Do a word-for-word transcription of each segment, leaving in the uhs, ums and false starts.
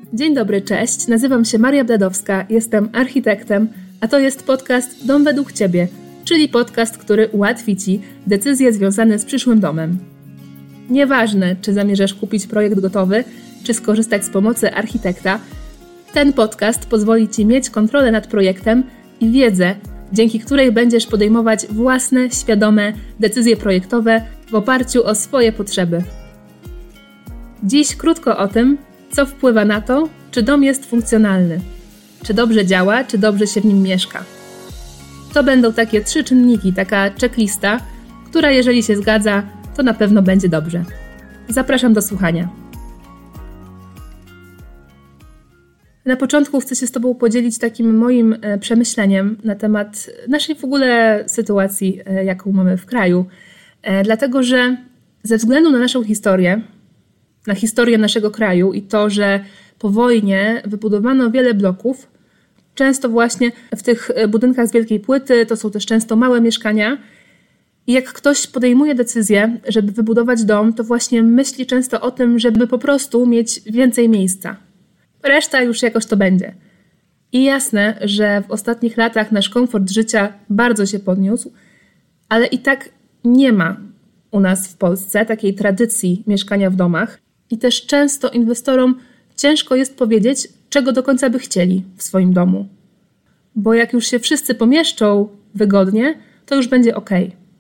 Dzień dobry, cześć. Nazywam się Maria Bledowska, jestem architektem, a to jest podcast Dom według Ciebie, czyli podcast, który ułatwi Ci decyzje związane z przyszłym domem. Nieważne, czy zamierzasz kupić projekt gotowy, czy skorzystać z pomocy architekta, ten podcast pozwoli Ci mieć kontrolę nad projektem i wiedzę, dzięki której będziesz podejmować własne, świadome decyzje projektowe w oparciu o swoje potrzeby. Dziś krótko o tym, co wpływa na to, czy dom jest funkcjonalny, czy dobrze działa, czy dobrze się w nim mieszka. To będą takie trzy czynniki, taka checklista, która jeżeli się zgadza, to na pewno będzie dobrze. Zapraszam do słuchania. Na początku chcę się z Tobą podzielić takim moim przemyśleniem na temat naszej w ogóle sytuacji, jaką mamy w kraju. Dlatego, że ze względu na naszą historię, na historię naszego kraju i to, że po wojnie wybudowano wiele bloków, często właśnie w tych budynkach z wielkiej płyty, to są też często małe mieszkania. I jak ktoś podejmuje decyzję, żeby wybudować dom, to właśnie myśli często o tym, żeby po prostu mieć więcej miejsca. Reszta już jakoś to będzie. I jasne, że w ostatnich latach nasz komfort życia bardzo się podniósł, ale i tak nie ma u nas w Polsce takiej tradycji mieszkania w domach i też często inwestorom ciężko jest powiedzieć, czego do końca by chcieli w swoim domu. Bo jak już się wszyscy pomieszczą wygodnie, to już będzie ok.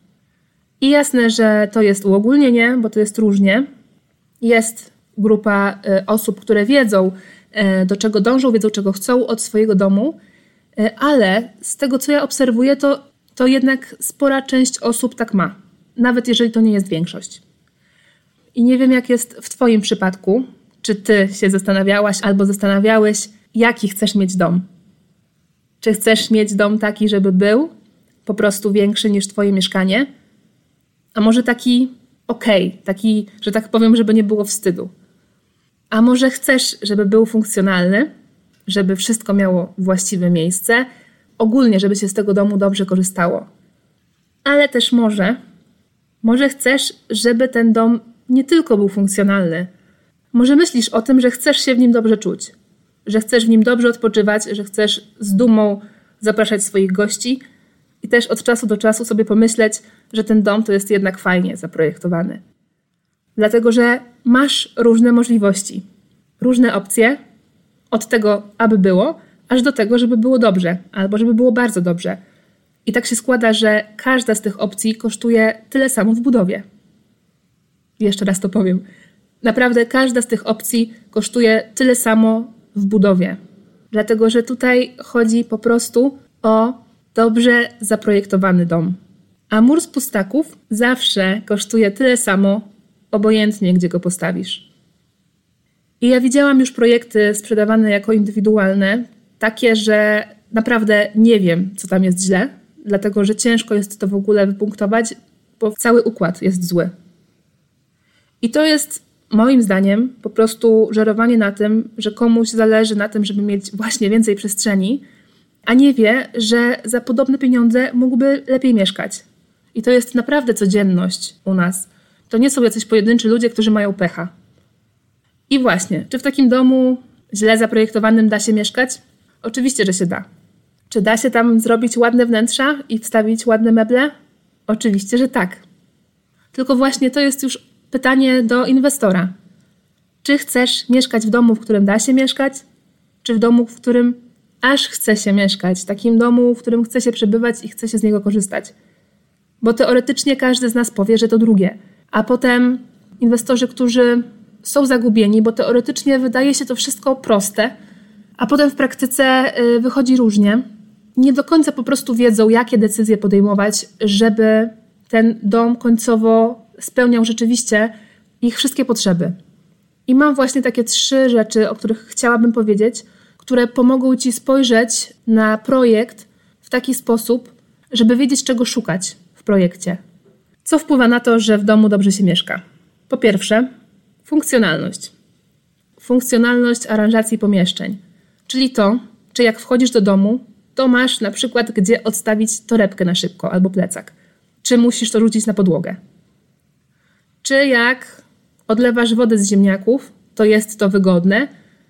I jasne, że to jest uogólnienie, bo to jest różnie. Jest grupa y, osób, które wiedzą, y, do czego dążą, wiedzą, czego chcą od swojego domu, y, ale z tego, co ja obserwuję, to, to jednak spora część osób tak ma. Nawet jeżeli to nie jest większość. I nie wiem, jak jest w Twoim przypadku. Czy Ty się zastanawiałaś albo zastanawiałeś, jaki chcesz mieć dom? Czy chcesz mieć dom taki, żeby był po prostu większy niż Twoje mieszkanie? A może taki okej, okay, taki, że tak powiem, żeby nie było wstydu? A może chcesz, żeby był funkcjonalny, żeby wszystko miało właściwe miejsce, ogólnie, żeby się z tego domu dobrze korzystało? Ale też może, może chcesz, żeby ten dom nie tylko był funkcjonalny. Może myślisz o tym, że chcesz się w nim dobrze czuć, że chcesz w nim dobrze odpoczywać, że chcesz z dumą zapraszać swoich gości i też od czasu do czasu sobie pomyśleć, że ten dom to jest jednak fajnie zaprojektowany. Dlatego, że masz różne możliwości, różne opcje od tego, aby było, aż do tego, żeby było dobrze albo żeby było bardzo dobrze. I tak się składa, że każda z tych opcji kosztuje tyle samo w budowie. Jeszcze raz to powiem. Naprawdę każda z tych opcji kosztuje tyle samo w budowie. Dlatego, że tutaj chodzi po prostu o dobrze zaprojektowany dom. A mur z pustaków zawsze kosztuje tyle samo, obojętnie gdzie go postawisz. I ja widziałam już projekty sprzedawane jako indywidualne, takie, że naprawdę nie wiem, co tam jest źle, dlatego, że ciężko jest to w ogóle wypunktować, bo cały układ jest zły. I to jest moim zdaniem po prostu żerowanie na tym, że komuś zależy na tym, żeby mieć właśnie więcej przestrzeni, a nie wie, że za podobne pieniądze mógłby lepiej mieszkać. I to jest naprawdę codzienność u nas. To nie są jacyś pojedynczy ludzie, którzy mają pecha. I właśnie, czy w takim domu źle zaprojektowanym da się mieszkać? Oczywiście, że się da. Czy da się tam zrobić ładne wnętrza i wstawić ładne meble? Oczywiście, że tak. Tylko właśnie to jest już pytanie do inwestora. Czy chcesz mieszkać w domu, w którym da się mieszkać? Czy w domu, w którym aż chce się mieszkać? Takim domu, w którym chce się przebywać i chce się z niego korzystać? Bo teoretycznie każdy z nas powie, że to drugie. A potem inwestorzy, którzy są zagubieni, bo teoretycznie wydaje się to wszystko proste, a potem w praktyce wychodzi różnie, nie do końca po prostu wiedzą, jakie decyzje podejmować, żeby ten dom końcowo spełniał rzeczywiście ich wszystkie potrzeby. I mam właśnie takie trzy rzeczy, o których chciałabym powiedzieć, które pomogą Ci spojrzeć na projekt w taki sposób, żeby wiedzieć, czego szukać w projekcie. Co wpływa na to, że w domu dobrze się mieszka? Po pierwsze, funkcjonalność. Funkcjonalność aranżacji pomieszczeń. Czyli to, czy jak wchodzisz do domu, to masz na przykład gdzie odstawić torebkę na szybko albo plecak. Czy musisz to rzucić na podłogę. Czy jak odlewasz wodę z ziemniaków, to jest to wygodne,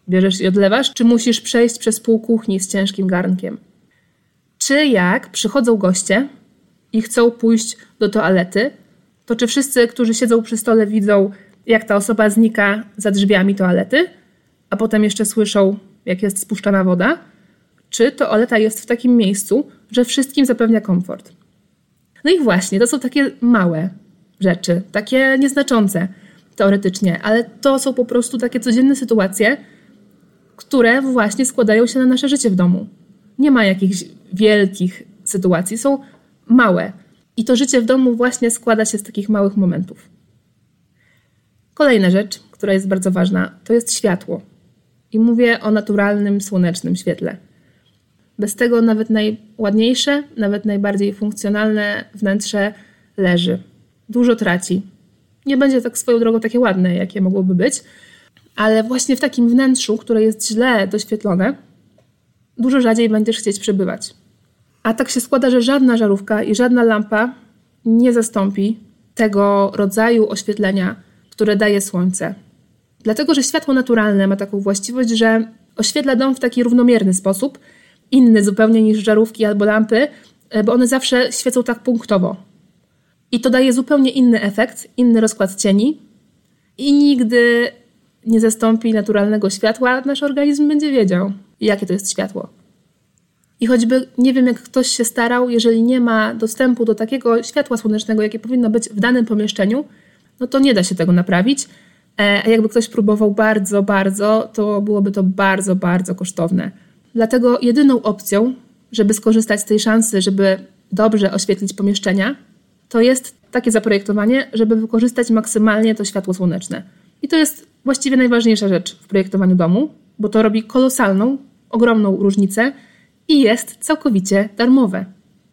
bierzesz i odlewasz, czy musisz przejść przez pół kuchni z ciężkim garnkiem? Czy jak przychodzą goście i chcą pójść do toalety, to czy wszyscy, którzy siedzą przy stole, widzą, jak ta osoba znika za drzwiami toalety, a potem jeszcze słyszą, jak jest spuszczana woda? Czy toaleta jest w takim miejscu, że wszystkim zapewnia komfort? No i właśnie, to są takie małe rzeczy, takie nieznaczące teoretycznie, ale to są po prostu takie codzienne sytuacje, które właśnie składają się na nasze życie w domu. Nie ma jakichś wielkich sytuacji, są małe. I to życie w domu właśnie składa się z takich małych momentów. Kolejna rzecz, która jest bardzo ważna, to jest światło. I mówię o naturalnym, słonecznym świetle. Bez tego nawet najładniejsze, nawet najbardziej funkcjonalne wnętrze leży. Dużo traci. Nie będzie tak swoją drogą takie ładne, jakie mogłoby być, ale właśnie w takim wnętrzu, które jest źle doświetlone, dużo rzadziej będziesz chcieć przebywać. A tak się składa, że żadna żarówka i żadna lampa nie zastąpi tego rodzaju oświetlenia, które daje słońce. Dlatego, że światło naturalne ma taką właściwość, że oświetla dom w taki równomierny sposób, inny zupełnie niż żarówki albo lampy, bo one zawsze świecą tak punktowo. I to daje zupełnie inny efekt, inny rozkład cieni i nigdy nie zastąpi naturalnego światła. Nasz organizm będzie wiedział, jakie to jest światło. I choćby nie wiem, jak ktoś się starał, jeżeli nie ma dostępu do takiego światła słonecznego, jakie powinno być w danym pomieszczeniu, no to nie da się tego naprawić. A jakby ktoś próbował bardzo, bardzo, to byłoby to bardzo, bardzo kosztowne. Dlatego jedyną opcją, żeby skorzystać z tej szansy, żeby dobrze oświetlić pomieszczenia, to jest takie zaprojektowanie, żeby wykorzystać maksymalnie to światło słoneczne. I to jest właściwie najważniejsza rzecz w projektowaniu domu, bo to robi kolosalną, ogromną różnicę i jest całkowicie darmowe.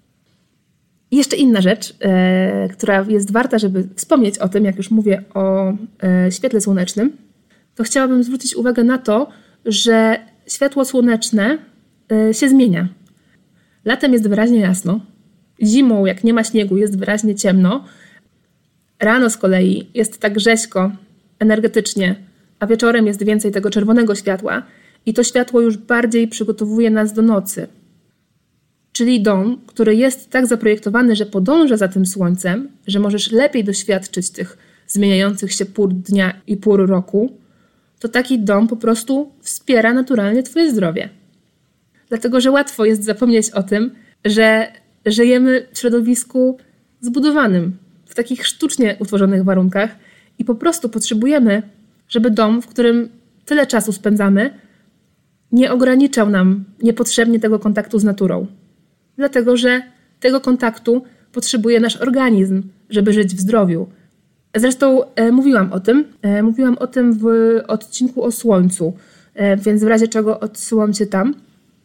I jeszcze inna rzecz, e, która jest warta, żeby wspomnieć o tym, jak już mówię o e, świetle słonecznym, to chciałabym zwrócić uwagę na to, że światło słoneczne e, się zmienia. Latem jest wyraźnie jasno, zimą, jak nie ma śniegu, jest wyraźnie ciemno, rano z kolei jest tak rzeźko, energetycznie, a wieczorem jest więcej tego czerwonego światła i to światło już bardziej przygotowuje nas do nocy. Czyli dom, który jest tak zaprojektowany, że podąża za tym słońcem, że możesz lepiej doświadczyć tych zmieniających się pór dnia i pór roku, to taki dom po prostu wspiera naturalnie twoje zdrowie. Dlatego, że łatwo jest zapomnieć o tym, że żyjemy w środowisku zbudowanym, w takich sztucznie utworzonych warunkach i po prostu potrzebujemy, żeby dom, w którym tyle czasu spędzamy, nie ograniczał nam niepotrzebnie tego kontaktu z naturą. Dlatego, że tego kontaktu potrzebuje nasz organizm, żeby żyć w zdrowiu. Zresztą e, mówiłam o tym, e, mówiłam o tym w odcinku o słońcu, e, więc w razie czego odsyłam cię tam.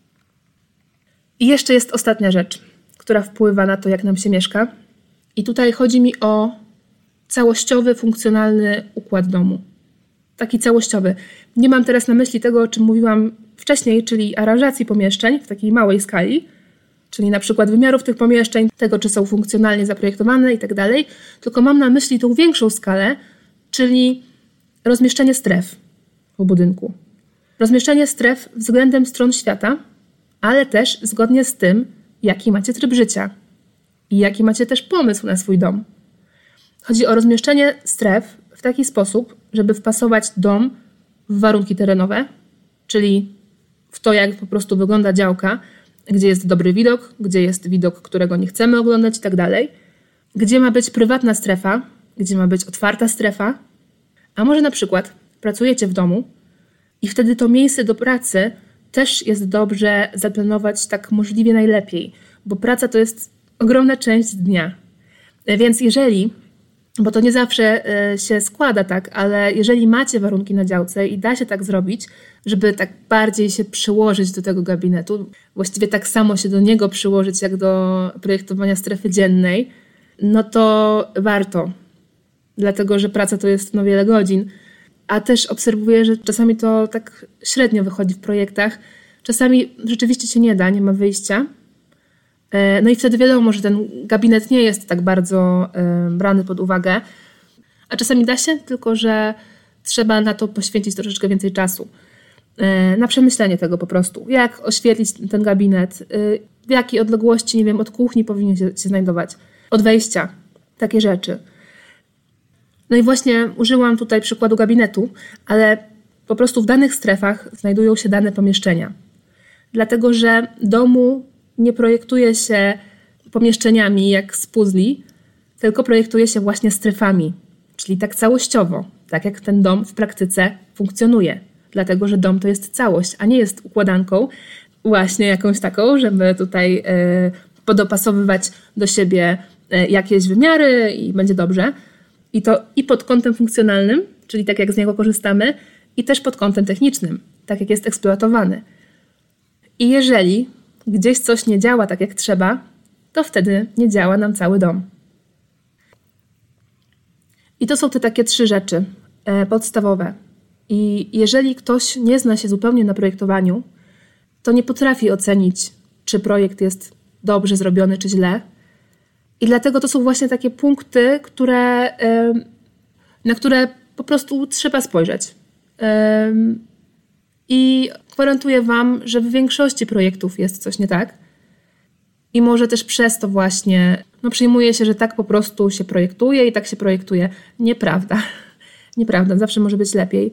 I jeszcze jest ostatnia rzecz, która wpływa na to, jak nam się mieszka. I tutaj chodzi mi o całościowy, funkcjonalny układ domu. Taki całościowy. Nie mam teraz na myśli tego, o czym mówiłam wcześniej, czyli aranżacji pomieszczeń w takiej małej skali, czyli na przykład wymiarów tych pomieszczeń, tego, czy są funkcjonalnie zaprojektowane i tak dalej, tylko mam na myśli tą większą skalę, czyli rozmieszczenie stref w budynku. Rozmieszczenie stref względem stron świata, ale też zgodnie z tym, jaki macie tryb życia i jaki macie też pomysł na swój dom. Chodzi o rozmieszczenie stref w taki sposób, żeby wpasować dom w warunki terenowe, czyli w to, jak po prostu wygląda działka, gdzie jest dobry widok, gdzie jest widok, którego nie chcemy oglądać i tak dalej, gdzie ma być prywatna strefa, gdzie ma być otwarta strefa, a może na przykład pracujecie w domu i wtedy to miejsce do pracy też jest dobrze zaplanować tak możliwie najlepiej, bo praca to jest ogromna część dnia. Więc jeżeli, bo to nie zawsze się składa tak, ale jeżeli macie warunki na działce i da się tak zrobić, żeby tak bardziej się przyłożyć do tego gabinetu, właściwie tak samo się do niego przyłożyć jak do projektowania strefy dziennej, no to warto, dlatego że praca to jest no wiele godzin. A też obserwuję, że czasami to tak średnio wychodzi w projektach. Czasami rzeczywiście się nie da, nie ma wyjścia. No i wtedy wiadomo, że ten gabinet nie jest tak bardzo brany pod uwagę. A czasami da się, tylko że trzeba na to poświęcić troszeczkę więcej czasu. na przemyślenie tego po prostu. Jak oświetlić ten gabinet, w jakiej odległości, nie wiem, od kuchni powinien się, się znajdować, od wejścia, takie rzeczy. No i właśnie użyłam tutaj przykładu gabinetu, ale po prostu w danych strefach znajdują się dane pomieszczenia. Dlatego, że domu nie projektuje się pomieszczeniami jak z puzli, tylko projektuje się właśnie strefami, czyli tak całościowo, tak jak ten dom w praktyce funkcjonuje. Dlatego, że dom to jest całość, a nie jest układanką właśnie jakąś taką, żeby tutaj y, podopasowywać do siebie y, jakieś wymiary i będzie dobrze. I to i pod kątem funkcjonalnym, czyli tak jak z niego korzystamy, i też pod kątem technicznym, tak jak jest eksploatowany. I jeżeli gdzieś coś nie działa tak jak trzeba, to wtedy nie działa nam cały dom. I to są te takie trzy rzeczy e, podstawowe. I jeżeli ktoś nie zna się zupełnie na projektowaniu, to nie potrafi ocenić, czy projekt jest dobrze zrobiony, czy źle. I dlatego to są właśnie takie punkty, które, na które po prostu trzeba spojrzeć. I gwarantuję Wam, że w większości projektów jest coś nie tak. I może też przez to właśnie no, przyjmuje się, że tak po prostu się projektuje i tak się projektuje. Nieprawda. Nieprawda, zawsze może być lepiej.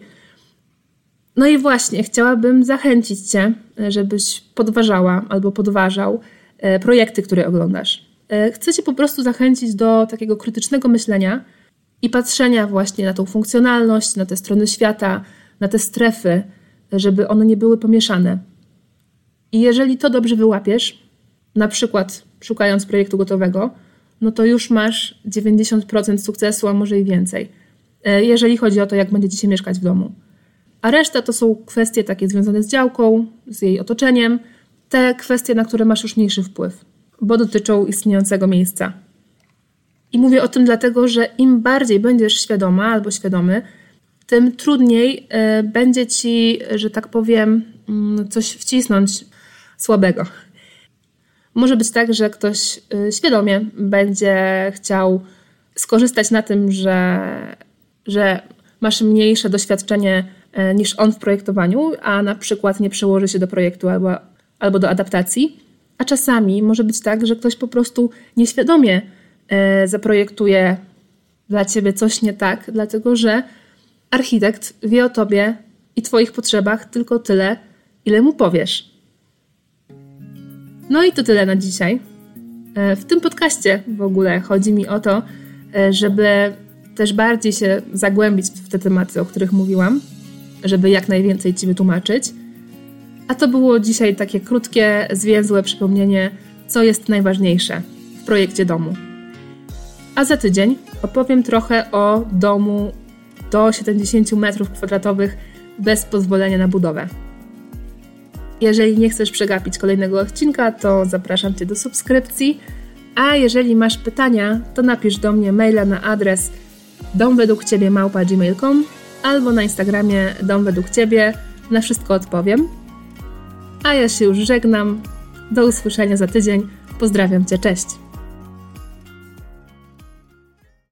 No i właśnie, chciałabym zachęcić Cię, żebyś podważała albo podważał projekty, które oglądasz. Chcę Cię po prostu zachęcić do takiego krytycznego myślenia i patrzenia właśnie na tą funkcjonalność, na te strony świata, na te strefy, żeby one nie były pomieszane. I jeżeli to dobrze wyłapiesz, na przykład szukając projektu gotowego, no to już masz dziewięćdziesiąt procent sukcesu, a może i więcej, jeżeli chodzi o to, jak będziecie się mieszkać w domu. A reszta to są kwestie takie związane z działką, z jej otoczeniem, te kwestie, na które masz już mniejszy wpływ, bo dotyczą istniejącego miejsca. I mówię o tym dlatego, że im bardziej będziesz świadoma albo świadomy, tym trudniej y, będzie Ci, że tak powiem, y, coś wcisnąć słabego. Może być tak, że ktoś y, świadomie będzie chciał skorzystać na tym, że, że masz mniejsze doświadczenie y, niż on w projektowaniu, a na przykład nie przełoży się do projektu albo, albo do adaptacji. A czasami może być tak, że ktoś po prostu nieświadomie y, zaprojektuje dla Ciebie coś nie tak, dlatego że architekt wie o Tobie i Twoich potrzebach tylko tyle, ile mu powiesz. No i to tyle na dzisiaj. W tym podcaście w ogóle chodzi mi o to, żeby też bardziej się zagłębić w te tematy, o których mówiłam, żeby jak najwięcej Ci wytłumaczyć. A to było dzisiaj takie krótkie, zwięzłe przypomnienie, co jest najważniejsze w projekcie domu. A za tydzień opowiem trochę o domu do siedemdziesiąt metrów kwadratowych bez pozwolenia na budowę. Jeżeli nie chcesz przegapić kolejnego odcinka, to zapraszam Cię do subskrypcji, a jeżeli masz pytania, to napisz do mnie maila na adres domwedługciebie małpa gmail kropka com albo na Instagramie domwedługciebie, na wszystko odpowiem. A ja się już żegnam, do usłyszenia za tydzień, pozdrawiam Cię, cześć!